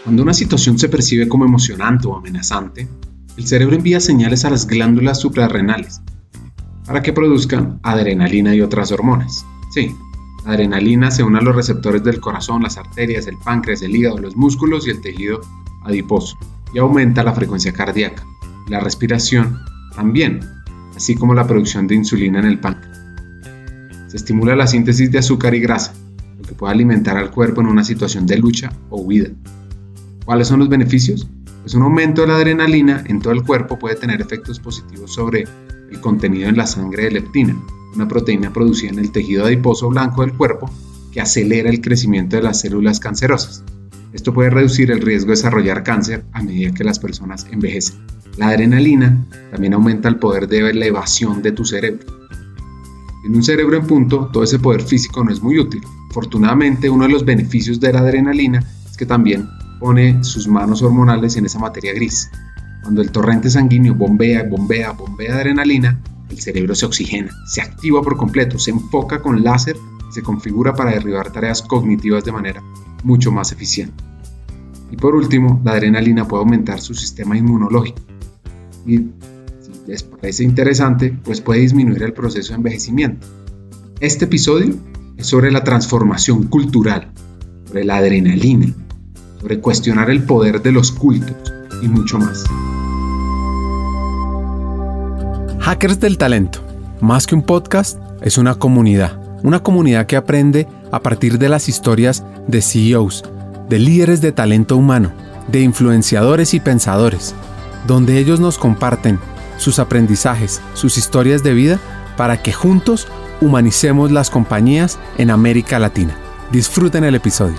Cuando una situación se percibe como emocionante o amenazante, el cerebro envía señales a las glándulas suprarrenales para que produzcan adrenalina y otras hormonas. Sí, la adrenalina se une a los receptores del corazón, las arterias, el páncreas, el hígado, los músculos y el tejido adiposo y aumenta la frecuencia cardíaca. La respiración también, así como la producción de insulina en el páncreas. Se estimula la síntesis de azúcar y grasa, lo que puede alimentar al cuerpo en una situación de lucha o huida. ¿Cuáles son los beneficios? Pues un aumento de la adrenalina en todo el cuerpo puede tener efectos positivos sobre el contenido en la sangre de leptina, una proteína producida en el tejido adiposo blanco del cuerpo que acelera el crecimiento de las células cancerosas. Esto puede reducir el riesgo de desarrollar cáncer a medida que las personas envejecen. La adrenalina también aumenta el poder de elevación de tu cerebro. En un cerebro en punto, todo ese poder físico no es muy útil. Afortunadamente, uno de los beneficios de la adrenalina es que también pone sus manos hormonales en esa materia gris. Cuando el torrente sanguíneo bombea adrenalina, el cerebro se oxigena, se activa por completo, se enfoca con láser y se configura para derribar tareas cognitivas de manera mucho más eficiente. Y por último, la adrenalina puede aumentar su sistema inmunológico. Y si les parece interesante, pues puede disminuir el proceso de envejecimiento. Este episodio es sobre la transformación cultural, sobre la adrenalina, sobre cuestionar el poder de los cultos y mucho más. Hackers del Talento, más que un podcast, es una comunidad que aprende a partir de las historias de CEOs, de líderes de talento humano, de influenciadores y pensadores, donde ellos nos comparten sus aprendizajes, sus historias de vida, para que juntos humanicemos las compañías en América Latina. Disfruten el episodio.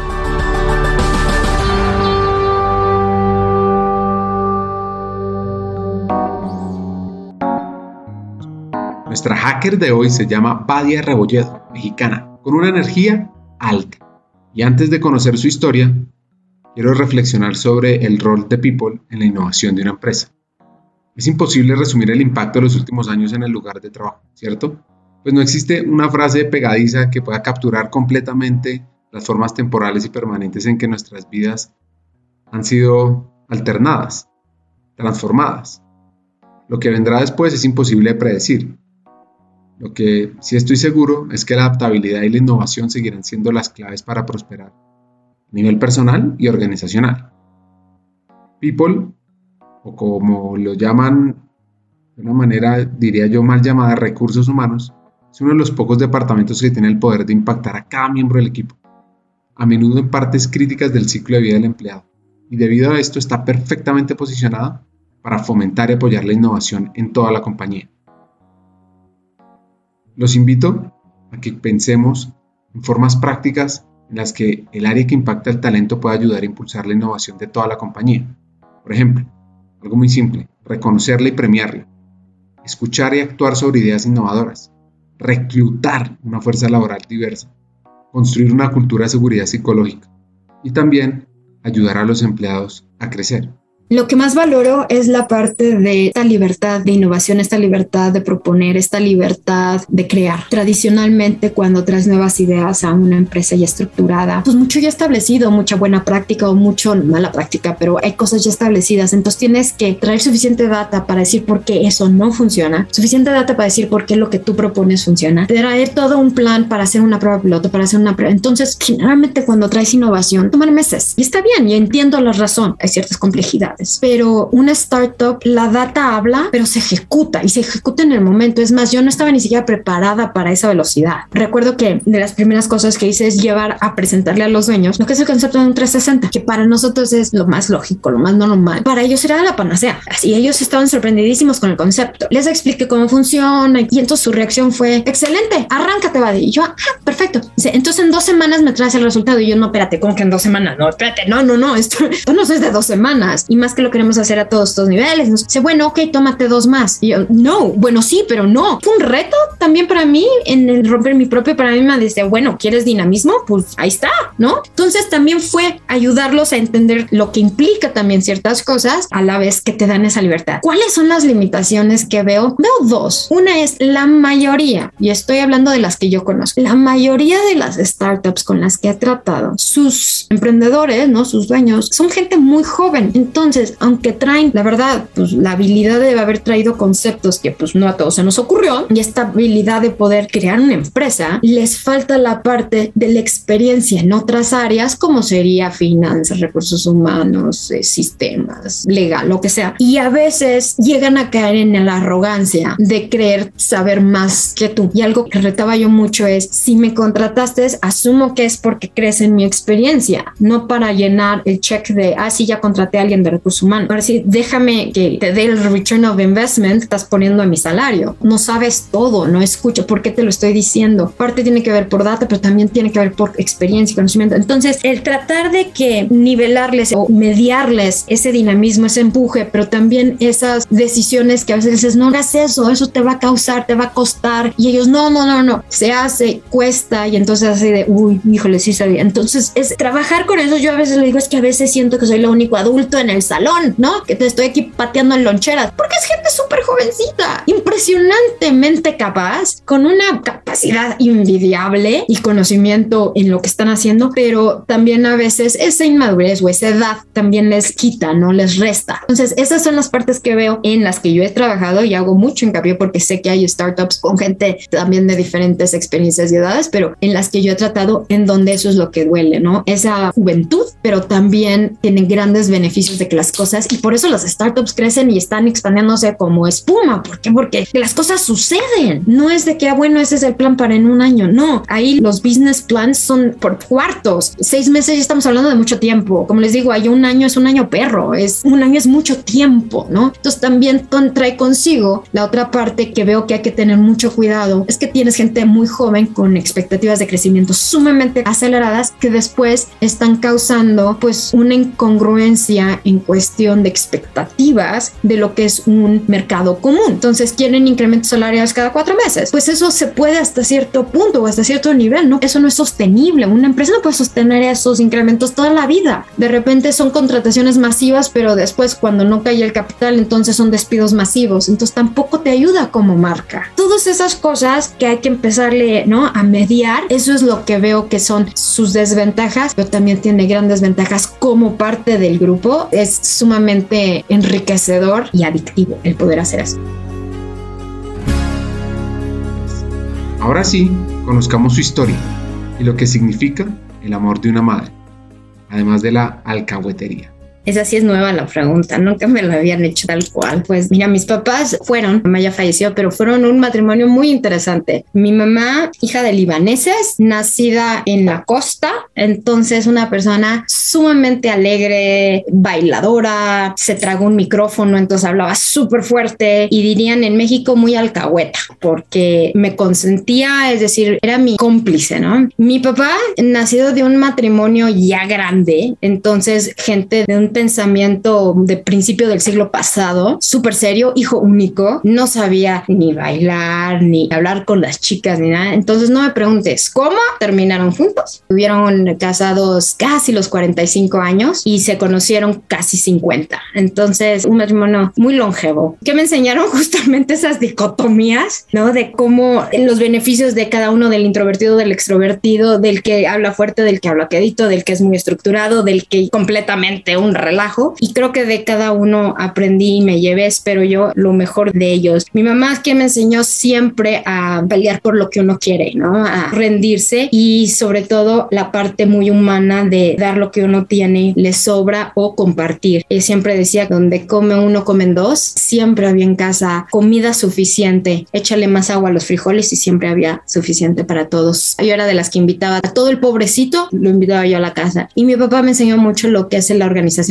Nuestra hacker de hoy se llama Badia Rebolledo, mexicana, con una energía alta. Y antes de conocer su historia, quiero reflexionar sobre el rol de People en la innovación de una empresa. Es imposible resumir el impacto de los últimos años en el lugar de trabajo, ¿cierto? Pues no existe una frase pegadiza que pueda capturar completamente las formas temporales y permanentes en que nuestras vidas han sido alternadas, transformadas. Lo que vendrá después es imposible de predecir. Lo que sí estoy seguro es que la adaptabilidad y la innovación seguirán siendo las claves para prosperar a nivel personal y organizacional. People, o como lo llaman de una manera, diría yo, mal llamada, recursos humanos, es uno de los pocos departamentos que tiene el poder de impactar a cada miembro del equipo, a menudo en partes críticas del ciclo de vida del empleado, y debido a esto está perfectamente posicionado para fomentar y apoyar la innovación en toda la compañía. Los invito a que pensemos en formas prácticas en las que el área que impacta el talento puede ayudar a impulsar la innovación de toda la compañía. Por ejemplo, algo muy simple, reconocerla y premiarla, escuchar y actuar sobre ideas innovadoras, reclutar una fuerza laboral diversa, construir una cultura de seguridad psicológica y también ayudar a los empleados a crecer. Lo que más valoro es la parte de esta libertad de innovación, esta libertad de proponer, esta libertad de crear. Tradicionalmente, cuando traes nuevas ideas a una empresa ya estructurada, pues mucho ya establecido, mucha buena práctica o mucho mala práctica, pero hay cosas ya establecidas. Entonces tienes que traer suficiente data para decir por qué eso no funciona, suficiente data para decir por qué lo que tú propones funciona, traer todo un plan para hacer una prueba piloto, para hacer una prueba. Entonces, generalmente cuando traes innovación, toman meses. Y está bien, y entiendo la razón. Hay ciertas complejidades. Pero una startup, la data habla, pero se ejecuta y se ejecuta en el momento. Es más, yo no estaba ni siquiera preparada para esa velocidad. Recuerdo que de las primeras cosas que hice es llevar a presentarle a los dueños lo que es el concepto de un 360, que para nosotros es lo más lógico, lo más normal. Para ellos era la panacea. Así ellos estaban sorprendidísimos con el concepto. Les expliqué cómo funciona y entonces su reacción fue excelente, arráncate, Buddy. Y yo, perfecto. Entonces en 2 semanas me traes el resultado. Y yo, no, espérate, ¿cómo que en 2 semanas? No, espérate, no, esto no es de 2 semanas. Y más que lo queremos hacer a todos estos niveles. Nos dice, bueno, ok, tómate 2 más. Y yo, no, bueno, sí, pero no. Fue un reto también para mí en el romper mi propio paradigma. Dice, bueno, ¿quieres dinamismo? Pues ahí está, ¿no? Entonces también fue ayudarlos a entender lo que implica también ciertas cosas a la vez que te dan esa libertad. ¿Cuáles son las limitaciones que veo? Veo 2. Una es la mayoría, y estoy hablando de las que yo conozco, la mayoría de las startups con las que he tratado, sus emprendedores, ¿no? Sus dueños, son gente muy joven. Entonces, aunque traen, la verdad, pues la habilidad de haber traído conceptos que pues no a todos se nos ocurrió, y esta habilidad de poder crear una empresa, les falta la parte de la experiencia en otras áreas como sería finanzas, recursos humanos, sistemas, legal, lo que sea. Y a veces llegan a caer en la arrogancia de creer saber más que tú. Y algo que retaba yo mucho es, si me contrataste, asumo que es porque crees en mi experiencia, no para llenar el check de, sí, ya contraté a alguien de recursos humanos. Ahora sí, déjame que te dé el return of investment, estás poniendo a mi salario. No sabes todo, no escucha. ¿Por qué te lo estoy diciendo? Parte tiene que ver por data, pero también tiene que ver por experiencia y conocimiento. Entonces, el tratar de que nivelarles o mediarles ese dinamismo, ese empuje, pero también esas decisiones que a veces dices, no hagas eso te va a causar, te va a costar. Y ellos, no. Se hace, cuesta, y entonces así de, híjole, sí sabía. Entonces, es trabajar con eso. Yo a veces le digo, es que a veces siento que soy el único adulto en el salón, ¿no? Que te estoy aquí pateando en loncheras, porque es gente súper jovencita, impresionantemente capaz, con una capacidad invidiable y conocimiento en lo que están haciendo, pero también a veces esa inmadurez o esa edad también les quita, ¿no? Les resta. Entonces, esas son las partes que veo en las que yo he trabajado y hago mucho hincapié porque sé que hay startups con gente también de diferentes experiencias y edades, pero en las que yo he tratado en donde eso es lo que duele, ¿no? Esa juventud, pero también tienen grandes beneficios de que las cosas, y por eso las startups crecen y están expandiéndose como espuma. ¿Por qué? Porque las cosas suceden. No es de que, bueno, ese es el plan para en un año. No, ahí los business plans son por cuartos. 6 meses ya estamos hablando de mucho tiempo. Como les digo, hay un año, es un año perro. Un año es mucho tiempo, ¿no? Entonces también trae consigo la otra parte que veo que hay que tener mucho cuidado. Es que tienes gente muy joven con expectativas de crecimiento sumamente aceleradas que después están causando pues una incongruencia en cuestión de expectativas de lo que es un mercado común. Entonces quieren incrementos salariales cada 4 meses. Pues eso se puede hasta cierto punto o hasta cierto nivel, ¿no? Eso no es sostenible. Una empresa no puede sostener esos incrementos toda la vida. De repente son contrataciones masivas, pero después cuando no cae el capital, entonces son despidos masivos. Entonces tampoco te ayuda como marca. Todas esas cosas que hay que empezarle, ¿no?, a mediar. Eso es lo que veo que son sus desventajas, pero también tiene grandes ventajas como parte del grupo. Es sumamente enriquecedor y adictivo el poder hacer eso. Ahora sí, conozcamos su historia y lo que significa el amor de una madre, además de la alcahuetería. Esa sí es nueva la pregunta, nunca me la habían hecho tal cual. Pues mira, mis papás fueron, mi mamá ya falleció, pero fueron un matrimonio muy interesante. Mi mamá, hija de libaneses, nacida en la costa, entonces una persona sumamente alegre, bailadora, se tragó un micrófono, entonces hablaba súper fuerte y dirían en México muy alcahueta, porque me consentía, es decir, era mi cómplice, ¿no? Mi papá, nacido de un matrimonio ya grande, entonces gente de un pensamiento de principio del siglo pasado, súper serio, hijo único, no sabía ni bailar, ni hablar con las chicas, ni nada. Entonces no me preguntes cómo terminaron juntos. Estuvieron casados casi los 45 años y se conocieron casi 50. Entonces un matrimonio muy longevo, que me enseñaron justamente esas dicotomías, ¿no? De cómo los beneficios de cada uno, del introvertido, del extrovertido, del que habla fuerte, del que habla quedito, del que es muy estructurado, del que completamente un relajo, y creo que de cada uno aprendí y me llevé, espero yo, lo mejor de ellos. Mi mamá es quien me enseñó siempre a pelear por lo que uno quiere, ¿no? A rendirse, y sobre todo la parte muy humana de dar lo que uno tiene, le sobra, o compartir. Ella siempre decía, donde come uno, comen dos. Siempre había en casa comida suficiente, échale más agua a los frijoles y siempre había suficiente para todos. Yo era de las que invitaba a todo el pobrecito, lo invitaba yo a la casa. Y mi papá me enseñó mucho lo que es la organización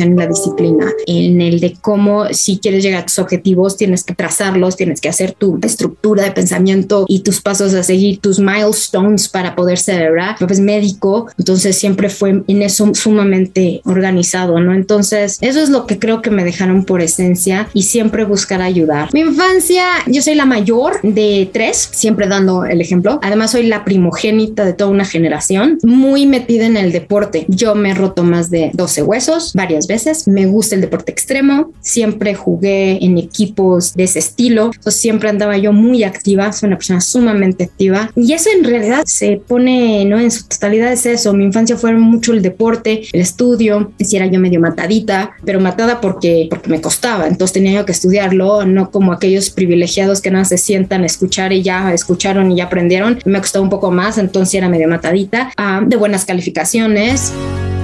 organización y la disciplina, en el de cómo si quieres llegar a tus objetivos tienes que trazarlos, tienes que hacer tu estructura de pensamiento y tus pasos a seguir, tus milestones para poder celebrar. Pues médico, entonces siempre fue en eso sumamente organizado, ¿no? Entonces eso es lo que creo que me dejaron por esencia y siempre buscar ayudar. Mi infancia, yo soy la mayor de 3, siempre dando el ejemplo. Además soy la primogénita de toda una generación, muy metida en el deporte. Yo me he roto más de 12 huesos varias veces. Me gusta el deporte extremo. Siempre jugué en equipos de ese estilo. Entonces siempre andaba yo muy activa. Soy una persona sumamente activa. Y eso en realidad se pone, ¿no? En su totalidad es eso. Mi infancia fue mucho el deporte, el estudio. Si era yo medio matadita, pero matada porque me costaba. Entonces tenía yo que estudiarlo, no como aquellos privilegiados que nada se sientan a escuchar y ya escucharon y ya aprendieron. Me costó un poco más, entonces era medio matadita, de buenas calificaciones.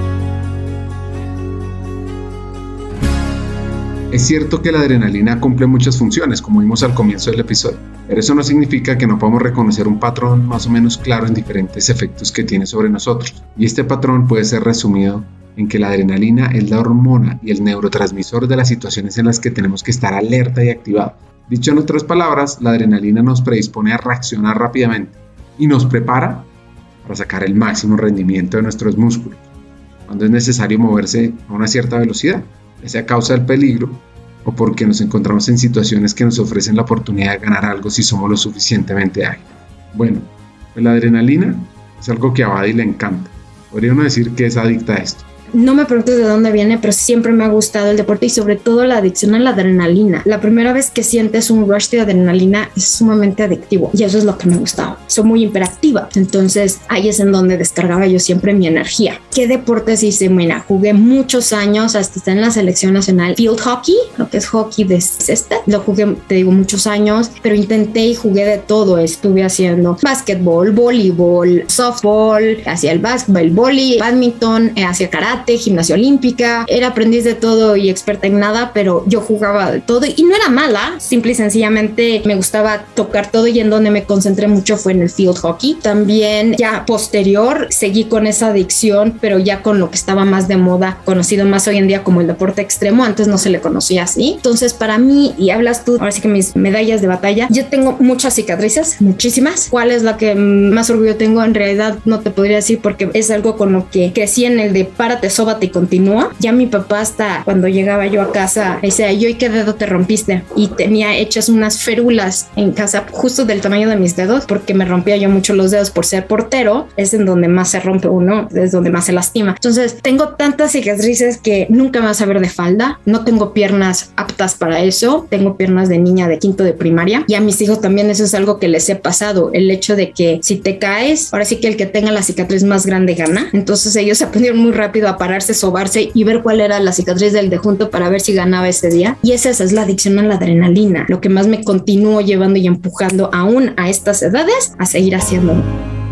Es cierto que la adrenalina cumple muchas funciones, como vimos al comienzo del episodio, pero eso no significa que no podamos reconocer un patrón más o menos claro en diferentes efectos que tiene sobre nosotros. Y este patrón puede ser resumido en que la adrenalina es la hormona y el neurotransmisor de las situaciones en las que tenemos que estar alerta y activados. Dicho en otras palabras, la adrenalina nos predispone a reaccionar rápidamente y nos prepara para sacar el máximo rendimiento de nuestros músculos, cuando es necesario moverse a una cierta velocidad, ya sea a causa del peligro o porque nos encontramos en situaciones que nos ofrecen la oportunidad de ganar algo si somos lo suficientemente ágiles. Bueno, pues la adrenalina es algo que a Badi le encanta. Podríamos decir que es adicta a esto. No me preguntes de dónde viene, pero siempre me ha gustado el deporte y sobre todo la adicción a la adrenalina. La primera vez que sientes un rush de adrenalina es sumamente adictivo y eso es lo que me gustaba. Soy muy hiperactiva, entonces ahí es en donde descargaba yo siempre mi energía. ¿Qué deportes hice? Mira, jugué muchos años hasta estar en la selección nacional. Field hockey, lo que es hockey de césped, lo jugué, te digo, muchos años, pero intenté y jugué de todo. Estuve haciendo básquetbol, voleibol, softball, hacía el básquetbol, el vóley, badminton, hacía karate, gimnasia olímpica. Era aprendiz de todo y experta en nada, pero yo jugaba de todo y no era mala, simple y sencillamente me gustaba tocar todo y en donde me concentré mucho fue en el field hockey. También ya posterior seguí con esa adicción, pero ya con lo que estaba más de moda, conocido más hoy en día como el deporte extremo. Antes no se le conocía así. Entonces para mí, y hablas tú, ahora sí que mis medallas de batalla, yo tengo muchas cicatrices, muchísimas. ¿Cuál es la que más orgullo tengo? En realidad no te podría decir porque es algo con lo que crecí, en el de párate, sóbate y continúa. Ya mi papá, hasta cuando llegaba yo a casa, decía, ¿y qué dedo te rompiste? Y tenía hechas unas férulas en casa justo del tamaño de mis dedos, porque me rompía yo mucho los dedos por ser portero. Es en donde más se rompe uno, es donde más se lastima. Entonces tengo tantas cicatrices que nunca me vas a ver de falda. No tengo piernas aptas para eso. Tengo piernas de niña de quinto de primaria. Y a mis hijos también eso es algo que les he pasado. El hecho de que si te caes, ahora sí que el que tenga la cicatriz más grande gana. Entonces ellos aprendieron muy rápido a pararse, sobarse y ver cuál era la cicatriz del de junto para ver si ganaba ese día. Y esa es la adicción a la adrenalina, lo que más me continúo llevando y empujando aún a estas edades a seguir haciéndolo.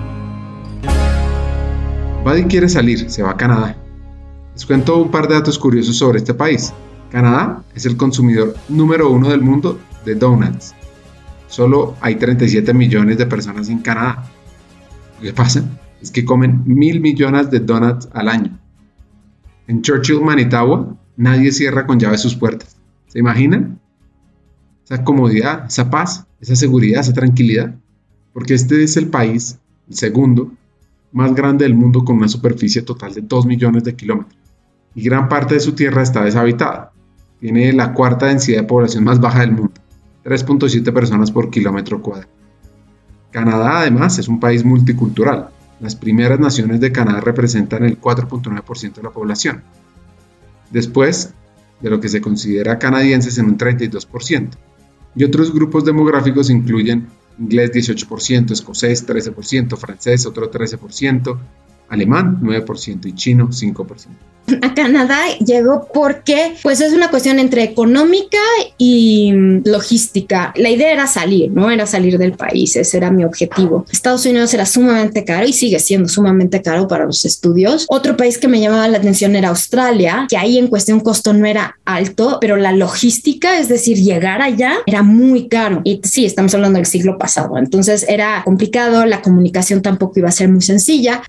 Badi quiere salir, se va a Canadá. Les cuento un par de datos curiosos sobre este país. Canadá es el consumidor número 1 del mundo de donuts. Solo hay 37 millones de personas en Canadá. Lo que pasa es que comen 1.000 millones de donuts al año. En Churchill, Manitoba, nadie cierra con llave sus puertas. ¿Se imaginan? Esa comodidad, esa paz, esa seguridad, esa tranquilidad. Porque este es el país, el segundo más grande del mundo, con una superficie total de 2 millones de kilómetros. Y gran parte de su tierra está deshabitada. Tiene la cuarta densidad de población más baja del mundo, 3.7 personas por kilómetro cuadrado. Canadá, además, es un país multicultural. Las primeras naciones de Canadá representan el 4.9% de la población. Después de lo que se considera canadienses en un 32%. Y otros grupos demográficos incluyen inglés 18%, escocés 13%, francés otro 13%, alemán 9% y chino 5%. A Canadá llegó porque pues es una cuestión entre económica y logística. La idea era salir, ¿no? Era salir del país, ese era mi objetivo. Estados Unidos era sumamente caro y sigue siendo sumamente caro para los estudios. Otro país que me llamaba la atención era Australia, que ahí en cuestión costo no era alto, pero la logística, es decir, llegar allá era muy caro. Y sí, estamos hablando del siglo pasado, entonces era complicado, la comunicación tampoco iba a ser muy sencilla. Entonces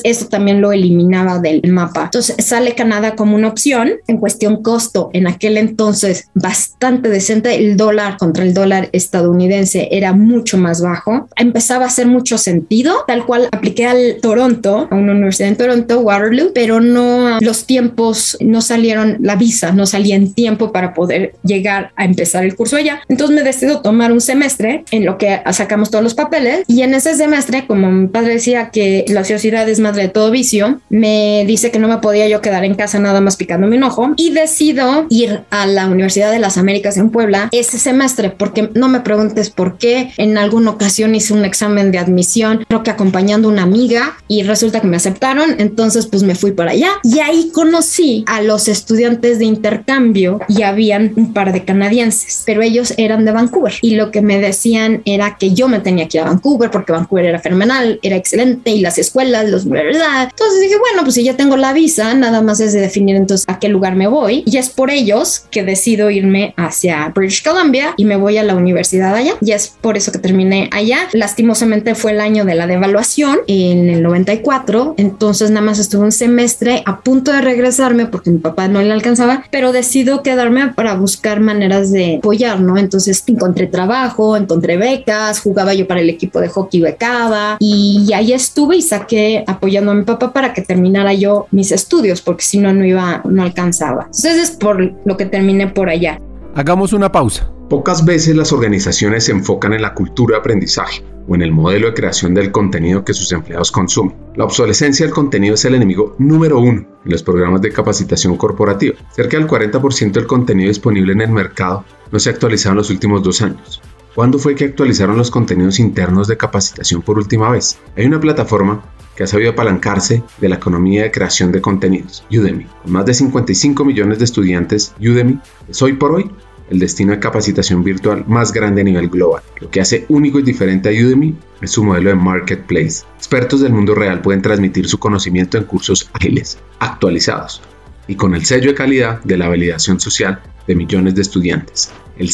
eso también lo eliminaba del mapa. Entonces sale Canadá como una opción. En cuestión costo, en aquel entonces bastante decente, el dólar contra el dólar estadounidense era mucho más bajo. Empezaba a hacer mucho sentido, tal cual apliqué al Toronto, a una universidad en Toronto, Waterloo, pero no, los tiempos no salieron, la visa no salía en tiempo para poder llegar a empezar el curso allá. Entonces me decido tomar un semestre en lo que sacamos todos los papeles, y en ese semestre, como mi padre decía que la ociosidad es madre de todo vicio, me dice que no me podía yo quedar en casa nada más picándome un ojo, y decido ir a la Universidad de las Américas en Puebla ese semestre, porque no me preguntes por qué. En alguna ocasión hice un examen de admisión, creo que acompañando a una amiga, y resulta que me aceptaron. Entonces pues me fui para allá, y ahí conocí a los estudiantes de intercambio, y habían un par de canadienses, pero ellos eran de Vancouver, y lo que me decían era que yo me tenía que ir a Vancouver porque Vancouver era fenomenal, era excelente, y las escuelas, los verdad. Entonces dije, bueno, pues si ya tengo la visa, nada más es de definir entonces a qué lugar me voy, y es por ellos que decido irme hacia British Columbia y me voy a la universidad allá, y es por eso que terminé allá. Lastimosamente fue el año de la devaluación en el 94, entonces nada más estuve un semestre a punto de regresarme porque mi papá no le alcanzaba, pero decido quedarme para buscar maneras de apoyar, ¿no? Entonces encontré trabajo, encontré becas, jugaba yo para el equipo de hockey becada, y ahí estuve y saqué apoyando a mi papá para que terminara yo mis estudios, porque si no, no alcanzaba. Entonces es por lo que terminé por allá. Hagamos una pausa. Pocas veces las organizaciones se enfocan en la cultura de aprendizaje o en el modelo de creación del contenido que sus empleados consumen. La obsolescencia del contenido es el enemigo número 1 en los programas de capacitación corporativa. Cerca del 40% del contenido disponible en el mercado no se ha actualizado en los últimos 2 años. ¿Cuándo fue que actualizaron los contenidos internos de capacitación por última vez? Hay una plataforma que ha sabido apalancarse de la economía de creación de contenidos, Udemy. Con más de 55 millones de estudiantes, Udemy es hoy por hoy el destino de capacitación virtual más grande a nivel global. Lo que hace único y diferente a Udemy es su modelo de marketplace. Expertos del mundo real pueden transmitir su conocimiento en cursos ágiles, actualizados y con el sello de calidad de la validación social de millones de estudiantes. El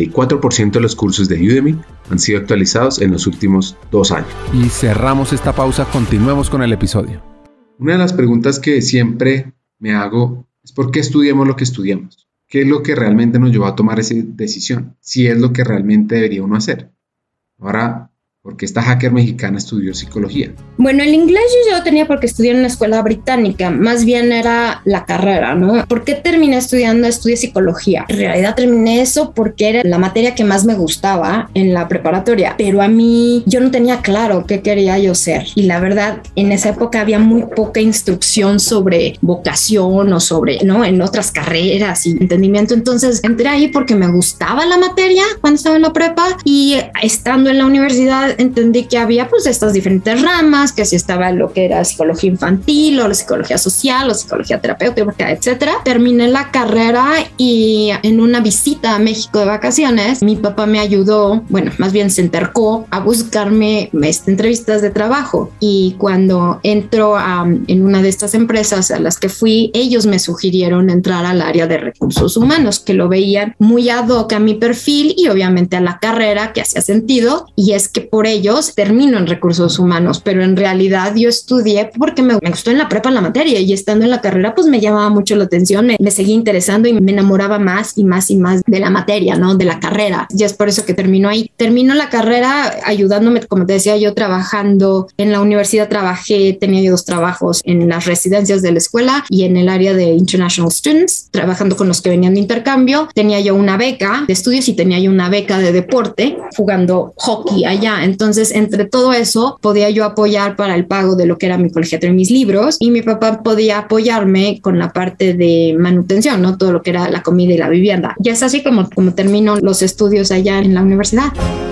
74% de los cursos de Udemy han sido actualizados en los últimos 2 años. Y cerramos esta pausa, continuemos con el episodio. Una de las preguntas que siempre me hago es ¿por qué estudiamos lo que estudiamos? ¿Qué es lo que realmente nos llevó a tomar esa decisión? Si es lo que realmente debería uno hacer. Ahora, ¿por qué esta hacker mexicana estudió psicología? Bueno, el inglés yo ya lo tenía porque estudié en una escuela británica, más bien era la carrera, ¿no? ¿Por qué terminé estudiando? Estudié psicología. En realidad terminé eso porque era la materia que más me gustaba en la preparatoria, pero a mí yo no tenía claro qué quería yo ser. Y la verdad, en esa época había muy poca instrucción sobre vocación o sobre, ¿no? En otras carreras y entendimiento. Entonces entré ahí porque me gustaba la materia cuando estaba en la prepa, y estando en la universidad entendí que había pues estas diferentes ramas, que si estaba lo que era psicología infantil o la psicología social o psicología terapéutica, etcétera. Terminé la carrera y en una visita a México de vacaciones, mi papá me ayudó, bueno, más bien se entercó a buscarme entrevistas de trabajo, y cuando entro en una de estas empresas a las que fui, ellos me sugirieron entrar al área de recursos humanos, que lo veían muy ad hoc a mi perfil y obviamente a la carrera, que hacía sentido, y es que por ellos termino en recursos humanos, pero en realidad yo estudié porque me gustó en la prepa la materia, y estando en la carrera pues me llamaba mucho la atención, me seguía interesando y me enamoraba más y más y más de la materia, ¿no? De la carrera. Y es por eso que termino ahí. Termino la carrera ayudándome, como te decía, yo trabajando en la universidad, tenía yo 2 trabajos en las residencias de la escuela y en el área de International Students, trabajando con los que venían de intercambio. Tenía yo una beca de estudios y tenía yo una beca de deporte jugando hockey allá. Entonces, entre todo eso, podía yo apoyar para el pago de lo que era mi colegiatura y mis libros, y mi papá podía apoyarme con la parte de manutención, ¿no? Todo lo que era la comida y la vivienda. Y es así como termino los estudios allá en la universidad.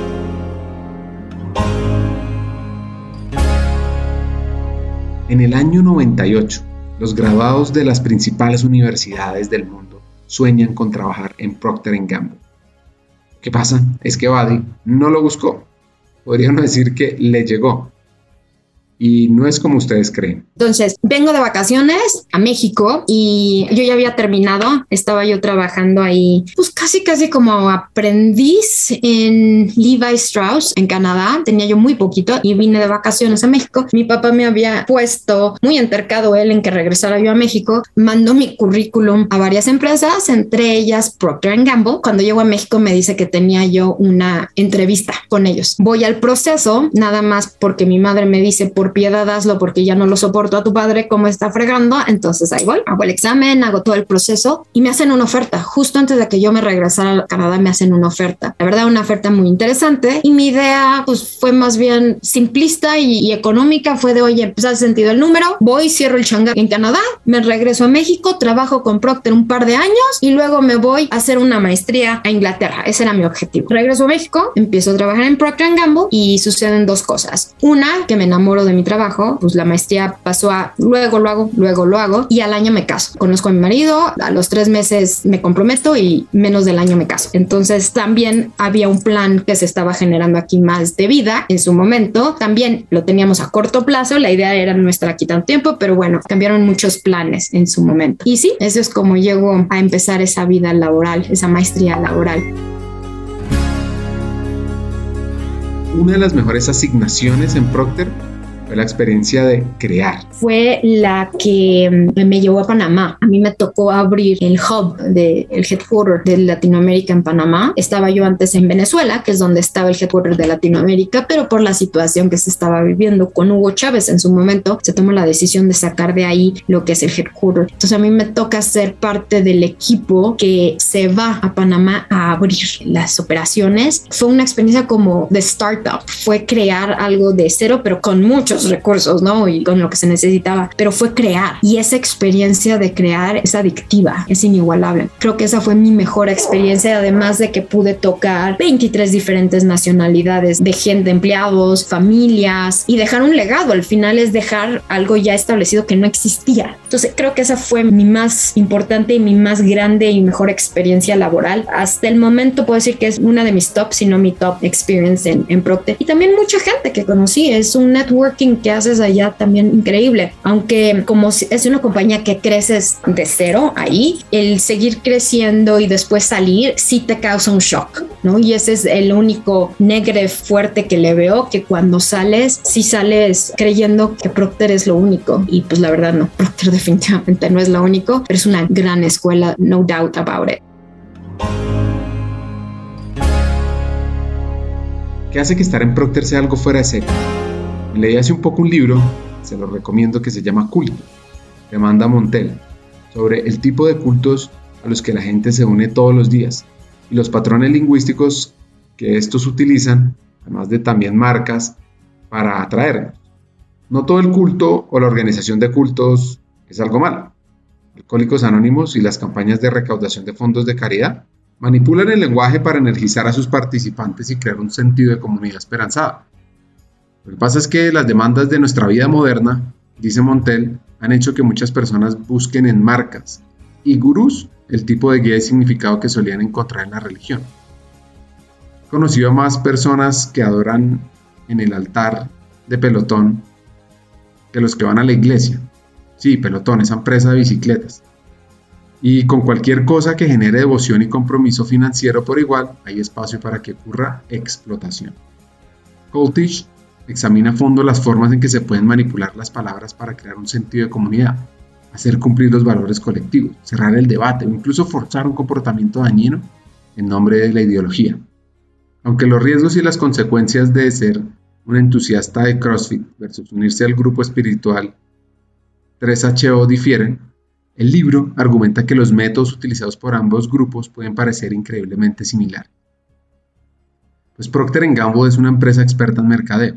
En el año 98, los graduados de las principales universidades del mundo sueñan con trabajar en Procter & Gamble. ¿Qué pasa? Es que Buddy no lo buscó. Podríamos decir que le llegó. y no es como ustedes creen. Entonces, vengo de vacaciones a México y yo ya había terminado. Estaba yo trabajando ahí, pues casi como aprendiz en Levi Strauss en Canadá. Tenía yo muy poquito y vine de vacaciones a México. Mi papá me había puesto muy entercado él en que regresara yo a México. Mandó mi currículum a varias empresas, entre ellas Procter & Gamble. Cuando llego a México me dice que tenía yo una entrevista con ellos. Voy al proceso, nada más porque mi madre me dice, por piedad hazlo porque ya no lo soporto a tu padre como está fregando. Entonces ahí voy, hago el examen, hago todo el proceso y me hacen una oferta. Justo antes de que yo me regresara a Canadá me hacen una oferta. La verdad, una oferta muy interesante y mi idea pues fue más bien simplista y económica. Fue de, oye, pues hace sentido el número, voy, cierro el changarro en Canadá, me regreso a México, trabajo con Procter un par de años y luego me voy a hacer una maestría a Inglaterra. Ese era mi objetivo. Regreso a México, empiezo a trabajar en Procter & Gamble y suceden dos cosas. Una, que me enamoro de mi trabajo, pues la maestría pasó a luego lo hago y al año me caso. Conozco a mi marido, a los 3 meses me comprometo y menos del año me caso. Entonces también había un plan que se estaba generando aquí más de vida en su momento. También lo teníamos a corto plazo, la idea era no estar aquí tanto tiempo, pero bueno, cambiaron muchos planes en su momento. Y sí, eso es como llego a empezar esa vida laboral, esa maestría laboral. Una de las mejores asignaciones en Procter fue la experiencia de crear. Fue la que me llevó a Panamá. A mí me tocó abrir el hub, el headquarter de Latinoamérica en Panamá. Estaba yo antes en Venezuela, que es donde estaba el headquarter de Latinoamérica, pero por la situación que se estaba viviendo con Hugo Chávez en su momento, se tomó la decisión de sacar de ahí lo que es el headquarter. Entonces a mí me toca ser parte del equipo que se va a Panamá a abrir las operaciones. Fue una experiencia como de startup. Fue crear algo de cero, pero con muchos recursos, ¿no? Y con lo que se necesitaba, pero fue crear. Y esa experiencia de crear es adictiva, es inigualable. Creo que esa fue mi mejor experiencia, además de que pude tocar 23 diferentes nacionalidades de gente, empleados, familias y dejar un legado. Al final es dejar algo ya establecido que no existía. Entonces creo que esa fue mi más importante y mi más grande y mejor experiencia laboral. Hasta el momento puedo decir que es una de mis top, si no mi top experience en Procter. Y también mucha gente que conocí. Es un networking que haces allá también increíble, aunque como es una compañía que creces de cero ahí, el seguir creciendo y después salir sí te causa un shock, ¿no? Y ese es el único negre fuerte que le veo, que cuando sales, sí sales creyendo que Procter es lo único y pues la verdad no, Procter definitivamente no es lo único, pero es una gran escuela, no doubt about it. ¿Qué hace que estar en Procter sea algo fuera de serie? Leí hace un poco un libro, se lo recomiendo, que se llama Culto, de Amanda Montell, sobre el tipo de cultos a los que la gente se une todos los días y los patrones lingüísticos que estos utilizan, además de también marcas, para atraernos. No todo el culto o la organización de cultos es algo malo. Alcohólicos Anónimos y las campañas de recaudación de fondos de caridad manipulan el lenguaje para energizar a sus participantes y crear un sentido de comunidad esperanzada. Lo que pasa es que las demandas de nuestra vida moderna, dice Montell, han hecho que muchas personas busquen en marcas y gurús el tipo de guía y significado que solían encontrar en la religión. He conocido a más personas que adoran en el altar de Pelotón que los que van a la iglesia. Sí, Pelotón, esa empresa de bicicletas. Y con cualquier cosa que genere devoción y compromiso financiero por igual, hay espacio para que ocurra explotación. Koltisch examina a fondo las formas en que se pueden manipular las palabras para crear un sentido de comunidad, hacer cumplir los valores colectivos, cerrar el debate o incluso forzar un comportamiento dañino en nombre de la ideología. Aunque los riesgos y las consecuencias de ser un entusiasta de CrossFit versus unirse al grupo espiritual 3HO difieren, el libro argumenta que los métodos utilizados por ambos grupos pueden parecer increíblemente similares. Pues Procter & Gamble es una empresa experta en mercadeo.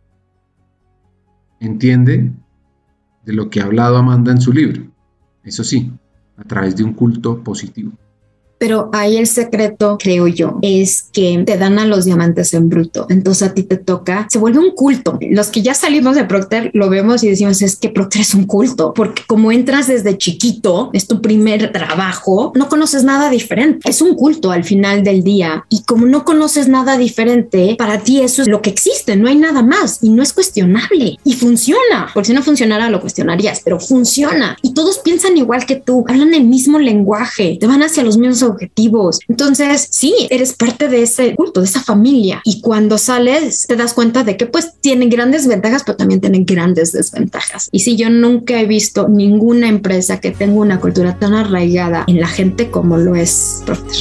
Entiende de lo que ha hablado Amanda en su libro, eso sí, a través de un culto positivo. Pero ahí el secreto, creo yo, es que te dan a los diamantes en bruto. Entonces a ti te toca, se vuelve un culto. Los que ya salimos de Procter lo vemos y decimos, es que Procter es un culto, porque como entras desde chiquito, es tu primer trabajo, no conoces nada diferente. Es un culto al final del día. Y como no conoces nada diferente, para ti eso es lo que existe, no hay nada más y no es cuestionable y funciona, porque si no funcionara lo cuestionarías, pero funciona y todos piensan igual que tú, hablan el mismo lenguaje, te van hacia los mismos objetivos. Entonces sí, eres parte de ese culto, de esa familia, y cuando sales te das cuenta de que pues tienen grandes ventajas, pero también tienen grandes desventajas. Y sí, yo nunca he visto ninguna empresa que tenga una cultura tan arraigada en la gente como lo es Procter.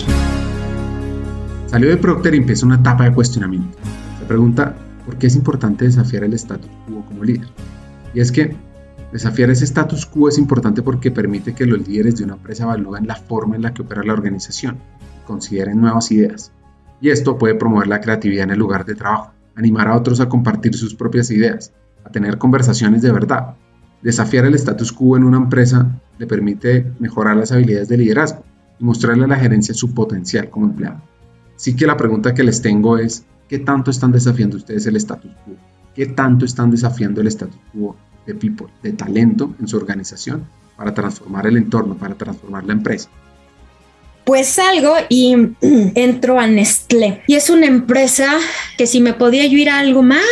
Salió de Procter y empieza una etapa de cuestionamiento. Se pregunta por qué es importante desafiar el status quo como líder. Y es que desafiar ese status quo es importante porque permite que los líderes de una empresa evalúen la forma en la que opera la organización y consideren nuevas ideas. Y esto puede promover la creatividad en el lugar de trabajo, animar a otros a compartir sus propias ideas, a tener conversaciones de verdad. Desafiar el status quo en una empresa le permite mejorar las habilidades de liderazgo y mostrarle a la gerencia su potencial como empleado. Así que la pregunta que les tengo es, ¿qué tanto están desafiando ustedes el status quo? ¿Qué tanto están desafiando el status quo de people, de talento en su organización para transformar el entorno, para transformar la empresa? Pues salgo y entro a Nestlé. Y es una empresa que si me podía yo ir a algo más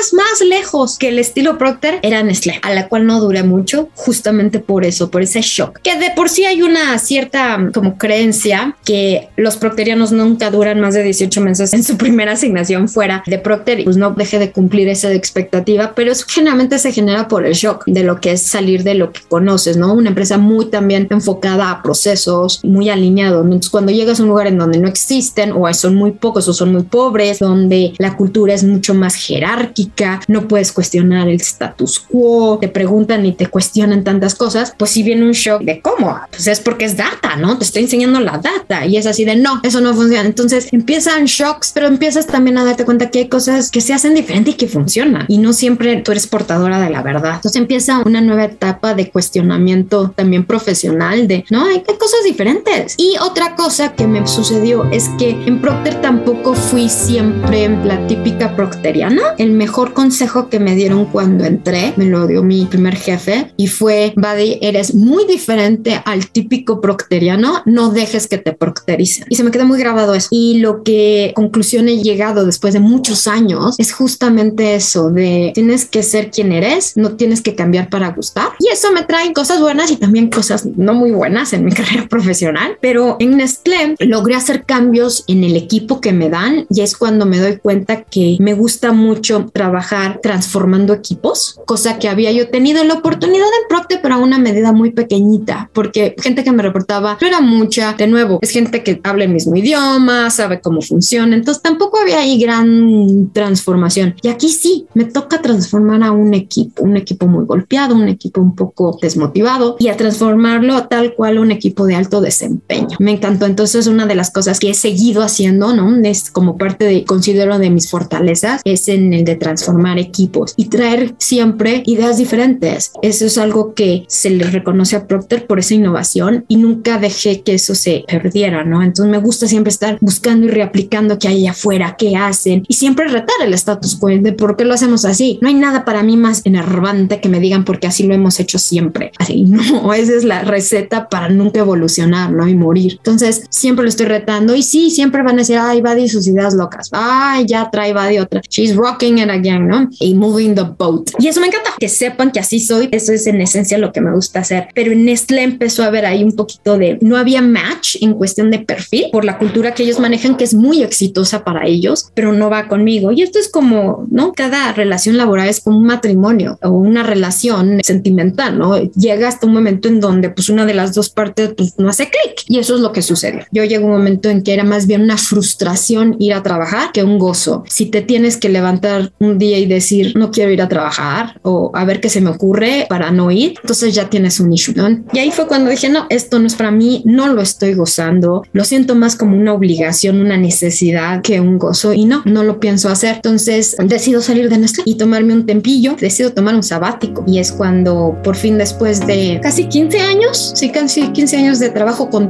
lejos que el estilo Procter, era Nestlé, a la cual no duré mucho, justamente por eso, por ese shock. Que de por sí hay una cierta como creencia que los procterianos nunca duran más de 18 meses en su primera asignación fuera de Procter, y pues no deje de cumplir esa expectativa, pero eso generalmente se genera por el shock de lo que es salir de lo que conoces, ¿no? Una empresa muy también enfocada a procesos, muy alineado. Entonces, cuando llegas a un lugar en donde no existen, o son muy pocos o son muy pobres, donde la cultura es mucho más jerárquica, no puedes cuestionar el status quo, te preguntan y te cuestionan tantas cosas, pues si viene un shock de cómo, pues es porque es data, ¿no? Te estoy enseñando la data y es así de no, eso no funciona. Entonces empiezan shocks, pero empiezas también a darte cuenta que hay cosas que se hacen diferente y que funcionan, y no siempre tú eres portadora de la verdad. Entonces empieza una nueva etapa de cuestionamiento también profesional de no, hay cosas diferentes. Y otra cosa que me sucedió es que en Procter tampoco fui siempre la típica procteriana. El mejor consejo que me dieron cuando entré me lo dio mi primer jefe y fue: Buddy, eres muy diferente al típico procteriano, no dejes que te proctericen. Y se me quedó muy grabado eso. Y lo que conclusión he llegado después de muchos años es justamente eso de tienes que ser quien eres, no tienes que cambiar para gustar. Y eso me trae cosas buenas y también cosas no muy buenas en mi carrera profesional, pero en Nestlé logré hacer cambios en el equipo que me dan, y es cuando me doy cuenta que me gusta mucho trabajar transformando equipos, cosa que había yo tenido la oportunidad en Procter, pero a una medida muy pequeñita, porque gente que me reportaba no era mucha. De nuevo, es gente que habla el mismo idioma, sabe cómo funciona, entonces tampoco había ahí gran transformación. Y aquí sí, me toca transformar a un equipo muy golpeado, un equipo un poco desmotivado, y a transformarlo tal cual un equipo de alto desempeño. Me encantó. Entonces, una de las cosas que he seguido haciendo, ¿no? Es como parte de, considero, de mis fortalezas, es en el de transformar equipos y traer siempre ideas diferentes. Eso es algo que se le reconoce a Procter por esa innovación, y nunca dejé que eso se perdiera, ¿no? Entonces me gusta siempre estar buscando y reaplicando qué hay allá afuera, qué hacen, y siempre retar el status quo de por qué lo hacemos así. No hay nada para mí más enervante que me digan porque así lo hemos hecho siempre. Así, no, esa es la receta para nunca evolucionar, ¿no? Y morir. Entonces siempre lo estoy retando, y sí, siempre van a decir, ay, Buddy, sus ideas locas, ay, ya trae Buddy otra, she's rocking it again, ¿no? Y moving the boat. Y eso me encanta, que sepan que así soy. Eso es en esencia lo que me gusta hacer. Pero en Nestlé empezó a haber ahí un poquito de, no había match en cuestión de perfil por la cultura que ellos manejan, que es muy exitosa para ellos, pero no va conmigo. Y esto es como, ¿no? Cada relación laboral es como un matrimonio o una relación sentimental, ¿no? Llega hasta un momento en donde pues una de las dos partes pues no hace clic, y eso es lo que sucedió. Yo llegué a un momento en que era más bien una frustración ir a trabajar que un gozo. Si te tienes que levantar un día y decir no quiero ir a trabajar, o a ver qué se me ocurre para no ir, entonces ya tienes un issue, ¿no? Y ahí fue cuando dije no, esto no es para mí, no lo estoy gozando, lo siento más como una obligación, una necesidad que un gozo, y no lo pienso hacer. Entonces decido salir de Nestlé y tomarme un tempillo, decido tomar un sabático, y es cuando por fin, después de casi 15 años de trabajo continuo,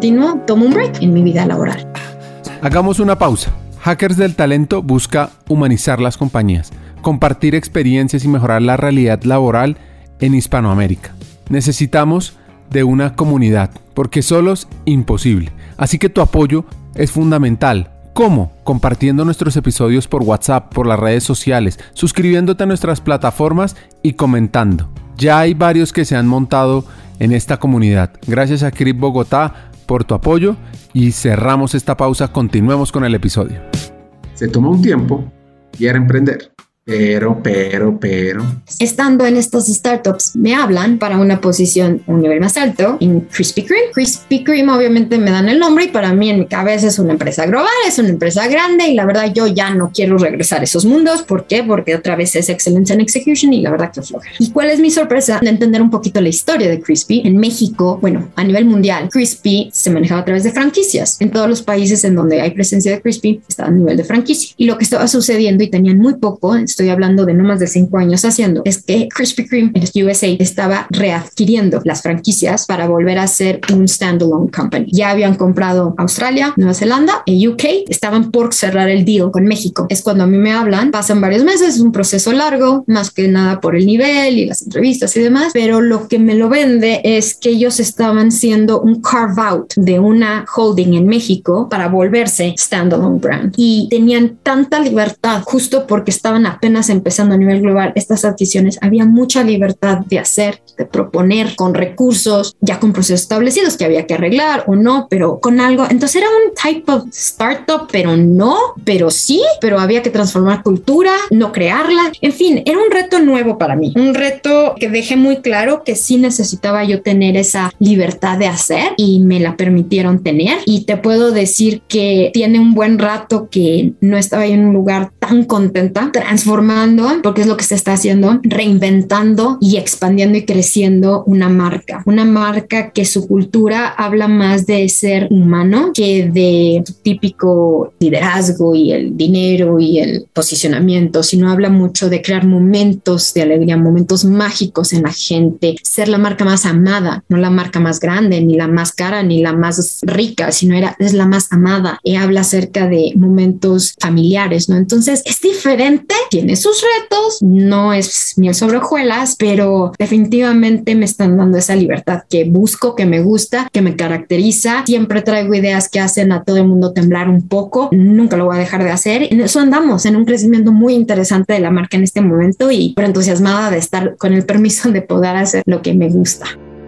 tomo un break en mi vida laboral. Hagamos una pausa. Hackers del Talento busca humanizar las compañías, compartir experiencias y mejorar la realidad laboral en Hispanoamérica. Necesitamos de una comunidad, porque solos imposible. Así que tu apoyo es fundamental. ¿Cómo? Compartiendo nuestros episodios por WhatsApp, por las redes sociales, suscribiéndote a nuestras plataformas y comentando. Ya hay varios que se han montado en esta comunidad. Gracias a CRIP Bogotá por tu apoyo y cerramos esta pausa. Continuemos con el episodio. Se toma un tiempo y era emprender. Pero. Estando en estas startups, me hablan para una posición un nivel más alto en Krispy Kreme. Krispy Kreme obviamente me dan el nombre y para mí en mi cabeza es una empresa global, es una empresa grande y la verdad yo ya no quiero regresar a esos mundos. ¿Por qué? Porque otra vez es Excellence in Execution y la verdad que flojera. ¿Y cuál es mi sorpresa? De entender un poquito la historia de Krispy. En México, bueno, a nivel mundial, Krispy se manejaba a través de franquicias. En todos los países en donde hay presencia de Krispy estaba a nivel de franquicia. Y lo que estaba sucediendo, y tenían muy poco, estoy hablando de no más de 5 años haciendo, es que Krispy Kreme en USA estaba readquiriendo las franquicias para volver a ser un standalone company. Ya habían comprado Australia, Nueva Zelanda y UK, estaban por cerrar el deal con México. Es cuando a mí me hablan, pasan varios meses, es un proceso largo, más que nada por el nivel y las entrevistas y demás, pero lo que me lo vende es que ellos estaban siendo un carve out de una holding en México para volverse standalone brand y tenían tanta libertad justo porque estaban apenas empezando a nivel global estas adquisiciones. Había mucha libertad de hacer, de proponer con recursos, ya con procesos establecidos que había que arreglar o no, pero con algo. Entonces era un type of startup, pero no, pero sí, pero había que transformar cultura, no crearla. En fin, era un reto nuevo para mí, un reto que dejé muy claro que sí necesitaba yo tener esa libertad de hacer y me la permitieron tener. Y te puedo decir que tiene un buen rato que no estaba en un lugar tan contenta, transformando, porque es lo que se está haciendo, reinventando y expandiendo y creciendo una marca que su cultura habla más de ser humano que de típico liderazgo y el dinero y el posicionamiento, sino habla mucho de crear momentos de alegría, momentos mágicos en la gente, ser la marca más amada, no la marca más grande, ni la más cara, ni la más rica, sino es la más amada. Y habla acerca de momentos familiares, ¿no? Entonces es diferente, tiene sus retos, no es miel sobre hojuelas, pero definitivamente me están dando esa libertad que busco, que me gusta, que me caracteriza. Siempre traigo ideas que hacen a todo el mundo temblar un poco, nunca lo voy a dejar de hacer. En eso andamos, en un crecimiento muy interesante de la marca en este momento y por entusiasmada de estar con el permiso de poder hacer lo que me gusta.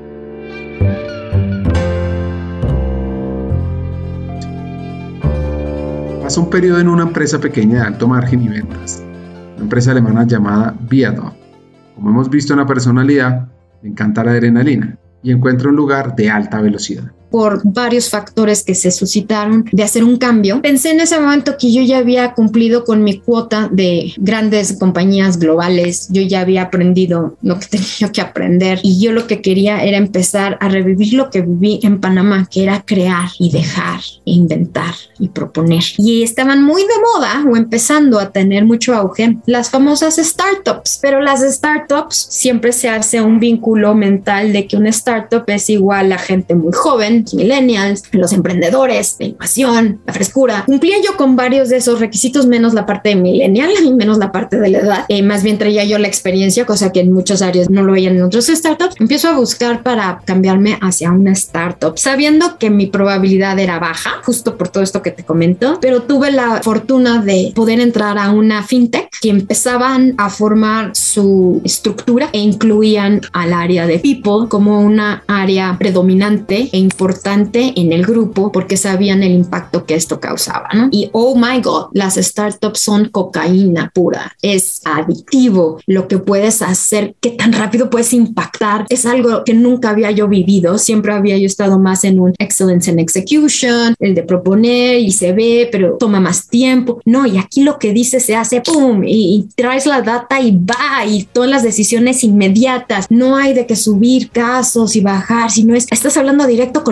Pasó un periodo en una empresa pequeña de alto margen y ventas, una empresa alemana llamada Viador. Como hemos visto en la personalidad, le encanta la adrenalina y encuentra un lugar de alta velocidad. Por varios factores que se suscitaron de hacer un cambio, pensé en ese momento que yo ya había cumplido con mi cuota de grandes compañías globales, yo ya había aprendido lo que tenía que aprender y yo lo que quería era empezar a revivir lo que viví en Panamá, que era crear y dejar, e inventar y proponer. Y estaban muy de moda o empezando a tener mucho auge las famosas startups, pero las startups siempre se hace un vínculo mental de que una startup es igual a gente muy joven, millennials, los emprendedores, la innovación, la frescura. Cumplía yo con varios de esos requisitos, menos la parte de millennial y menos la parte de la edad. Más bien traía yo la experiencia, cosa que en muchas áreas no lo veían en otros startups. Empiezo a buscar para cambiarme hacia una startup, sabiendo que mi probabilidad era baja, justo por todo esto que te comento, pero tuve la fortuna de poder entrar a una fintech que empezaban a formar su estructura e incluían al área de people como una área predominante e importante en el grupo porque sabían el impacto que esto causaba, ¿no? Y oh my God, las startups son cocaína pura, es adictivo lo que puedes hacer, qué tan rápido puedes impactar, es algo que nunca había yo vivido, siempre había yo estado más en un excellence in execution, el de proponer y se ve, pero toma más tiempo, no, y aquí lo que dice se hace, ¡pum! Y traes la data y va, y todas las decisiones inmediatas, no hay de que subir casos y bajar, sino estás hablando directo con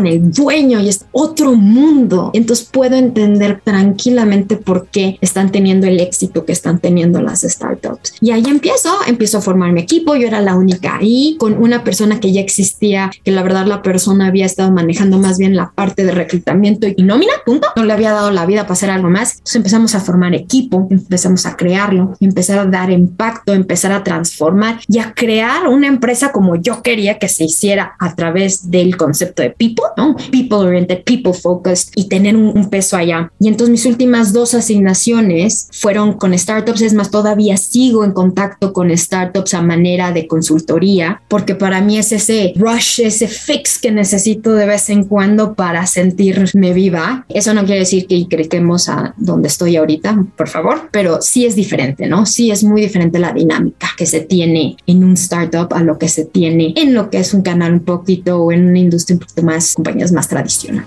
el dueño y es otro mundo. Entonces puedo entender tranquilamente por qué están teniendo el éxito que están teniendo las startups. Y ahí empiezo a formar mi equipo. Yo era la única ahí, con una persona que ya existía, que la verdad la persona había estado manejando más bien la parte de reclutamiento y nómina, punto. No le había dado la vida para hacer algo más. Entonces empezamos a formar equipo, empezamos a crearlo, empezar a dar impacto, empezar a transformar y a crear una empresa como yo quería que se hiciera a través del concepto de people, ¿no? People oriented, people focused y tener un peso allá. Y entonces mis últimas 2 asignaciones fueron con startups. Es más, todavía sigo en contacto con startups a manera de consultoría, porque para mí es ese rush, ese fix que necesito de vez en cuando para sentirme viva. Eso no quiere decir que crezquemos a donde estoy ahorita, por favor, pero sí es diferente, ¿no? Sí es muy diferente la dinámica que se tiene en un startup a lo que se tiene en lo que es un canal un poquito o en una industria un poquito más, compañías más tradicionales.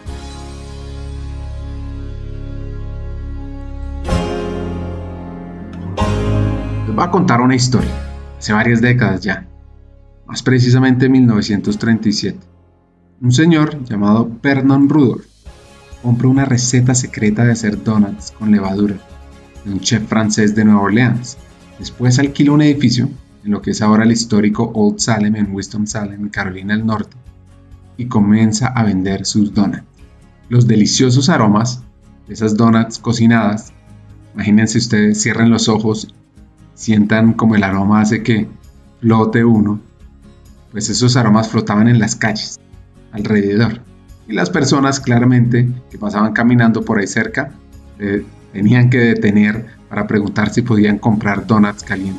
Les voy a contar una historia, hace varias décadas ya, más precisamente en 1937. Un señor llamado Vernon Rudolph compró una receta secreta de hacer donuts con levadura de un chef francés de Nueva Orleans. Después alquiló un edificio en lo que es ahora el histórico Old Salem en Winston-Salem, Carolina del Norte, y comienza a vender sus donuts. Los deliciosos aromas de esas donuts cocinadas, imagínense ustedes, cierren los ojos, sientan como el aroma hace que flote uno, pues esos aromas flotaban en las calles, alrededor. Y las personas claramente que pasaban caminando por ahí cerca tenían que detener para preguntar si podían comprar donuts calientes.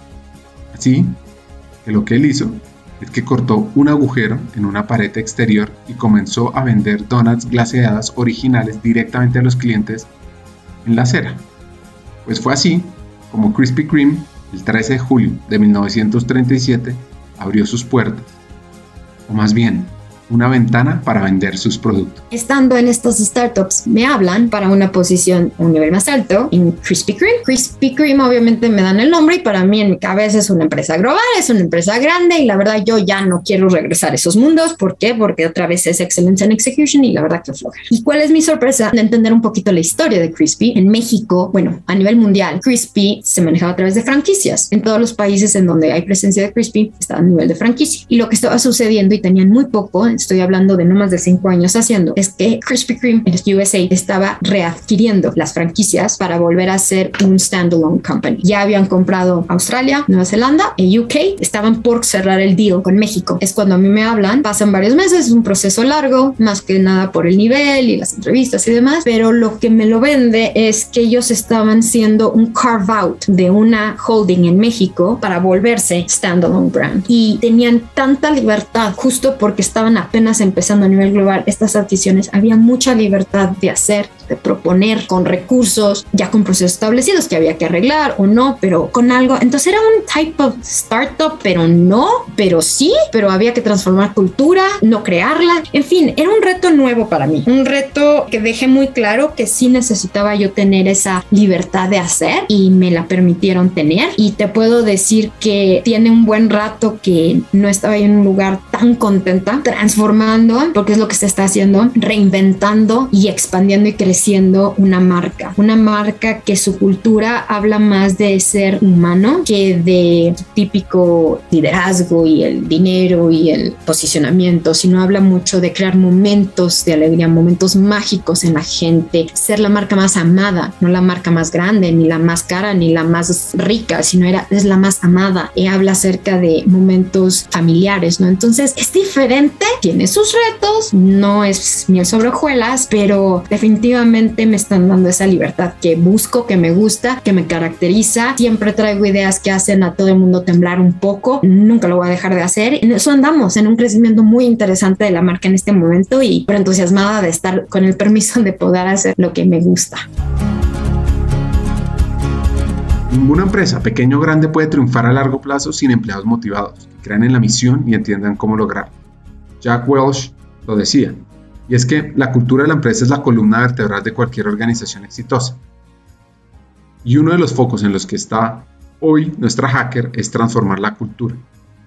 Así que lo que él hizo es que cortó un agujero en una pared exterior y comenzó a vender donuts glaseadas originales directamente a los clientes en la acera. Pues fue así como Krispy Kreme, el 13 de julio de 1937, abrió sus puertas, o más bien, una ventana para vender sus productos. Estando en estas startups, me hablan para una posición un nivel más alto en Krispy Kreme. Krispy Kreme obviamente me dan el nombre y para mí en mi cabeza es una empresa global, es una empresa grande y la verdad yo ya no quiero regresar a esos mundos. ¿Por qué? Porque otra vez es excelencia en execution y la verdad que floja. ¿Y cuál es mi sorpresa? De entender un poquito la historia de Krispy. En México, bueno, a nivel mundial, Krispy se manejaba a través de franquicias. En todos los países en donde hay presencia de Krispy está a nivel de franquicia. Y lo que estaba sucediendo, y tenían muy poco, estoy hablando de no más de 5 años haciendo, es que Krispy Kreme en USA estaba readquiriendo las franquicias para volver a ser un standalone company. Ya habían comprado Australia, Nueva Zelanda y UK, estaban por cerrar el deal con México. Es cuando a mí me hablan, pasan varios meses, es un proceso largo, más que nada por el nivel y las entrevistas y demás, pero lo que me lo vende es que ellos estaban siendo un carve out de una holding en México para volverse standalone brand y tenían tanta libertad justo porque estaban apenas empezando a nivel global estas adquisiciones. Había mucha libertad de hacer, de proponer con recursos, ya con procesos establecidos que había que arreglar o no, pero con algo. Entonces era un type of startup, pero no, pero sí, pero había que transformar cultura, no crearla. En fin, era un reto nuevo para mí, un reto que dejé muy claro que sí necesitaba yo tener esa libertad de hacer y me la permitieron tener. Y te puedo decir que tiene un buen rato que no estaba en un lugar tan contenta, transformando, porque es lo que se está haciendo, reinventando y expandiendo y creciendo una marca que su cultura habla más de ser humano que de típico liderazgo y el dinero y el posicionamiento, sino habla mucho de crear momentos de alegría, momentos mágicos en la gente, ser la marca más amada, no la marca más grande, ni la más cara, ni la más rica, sino es la más amada. Y habla acerca de momentos familiares, ¿no? Entonces es diferente, tiene sus retos, no es miel sobre hojuelas, pero definitivamente me están dando esa libertad que busco, que me gusta, que me caracteriza. Siempre traigo ideas que hacen a todo el mundo temblar un poco, nunca lo voy a dejar de hacer. En eso andamos, en un crecimiento muy interesante de la marca en este momento y por entusiasmada de estar con el permiso de poder hacer lo que me gusta. Ninguna empresa, pequeña o grande, puede triunfar a largo plazo sin empleados motivados, que crean en la misión y entiendan cómo lograrlo. Jack Welch lo decía, y es que la cultura de la empresa es la columna vertebral de cualquier organización exitosa. Y uno de los focos en los que está hoy nuestra hacker es transformar la cultura.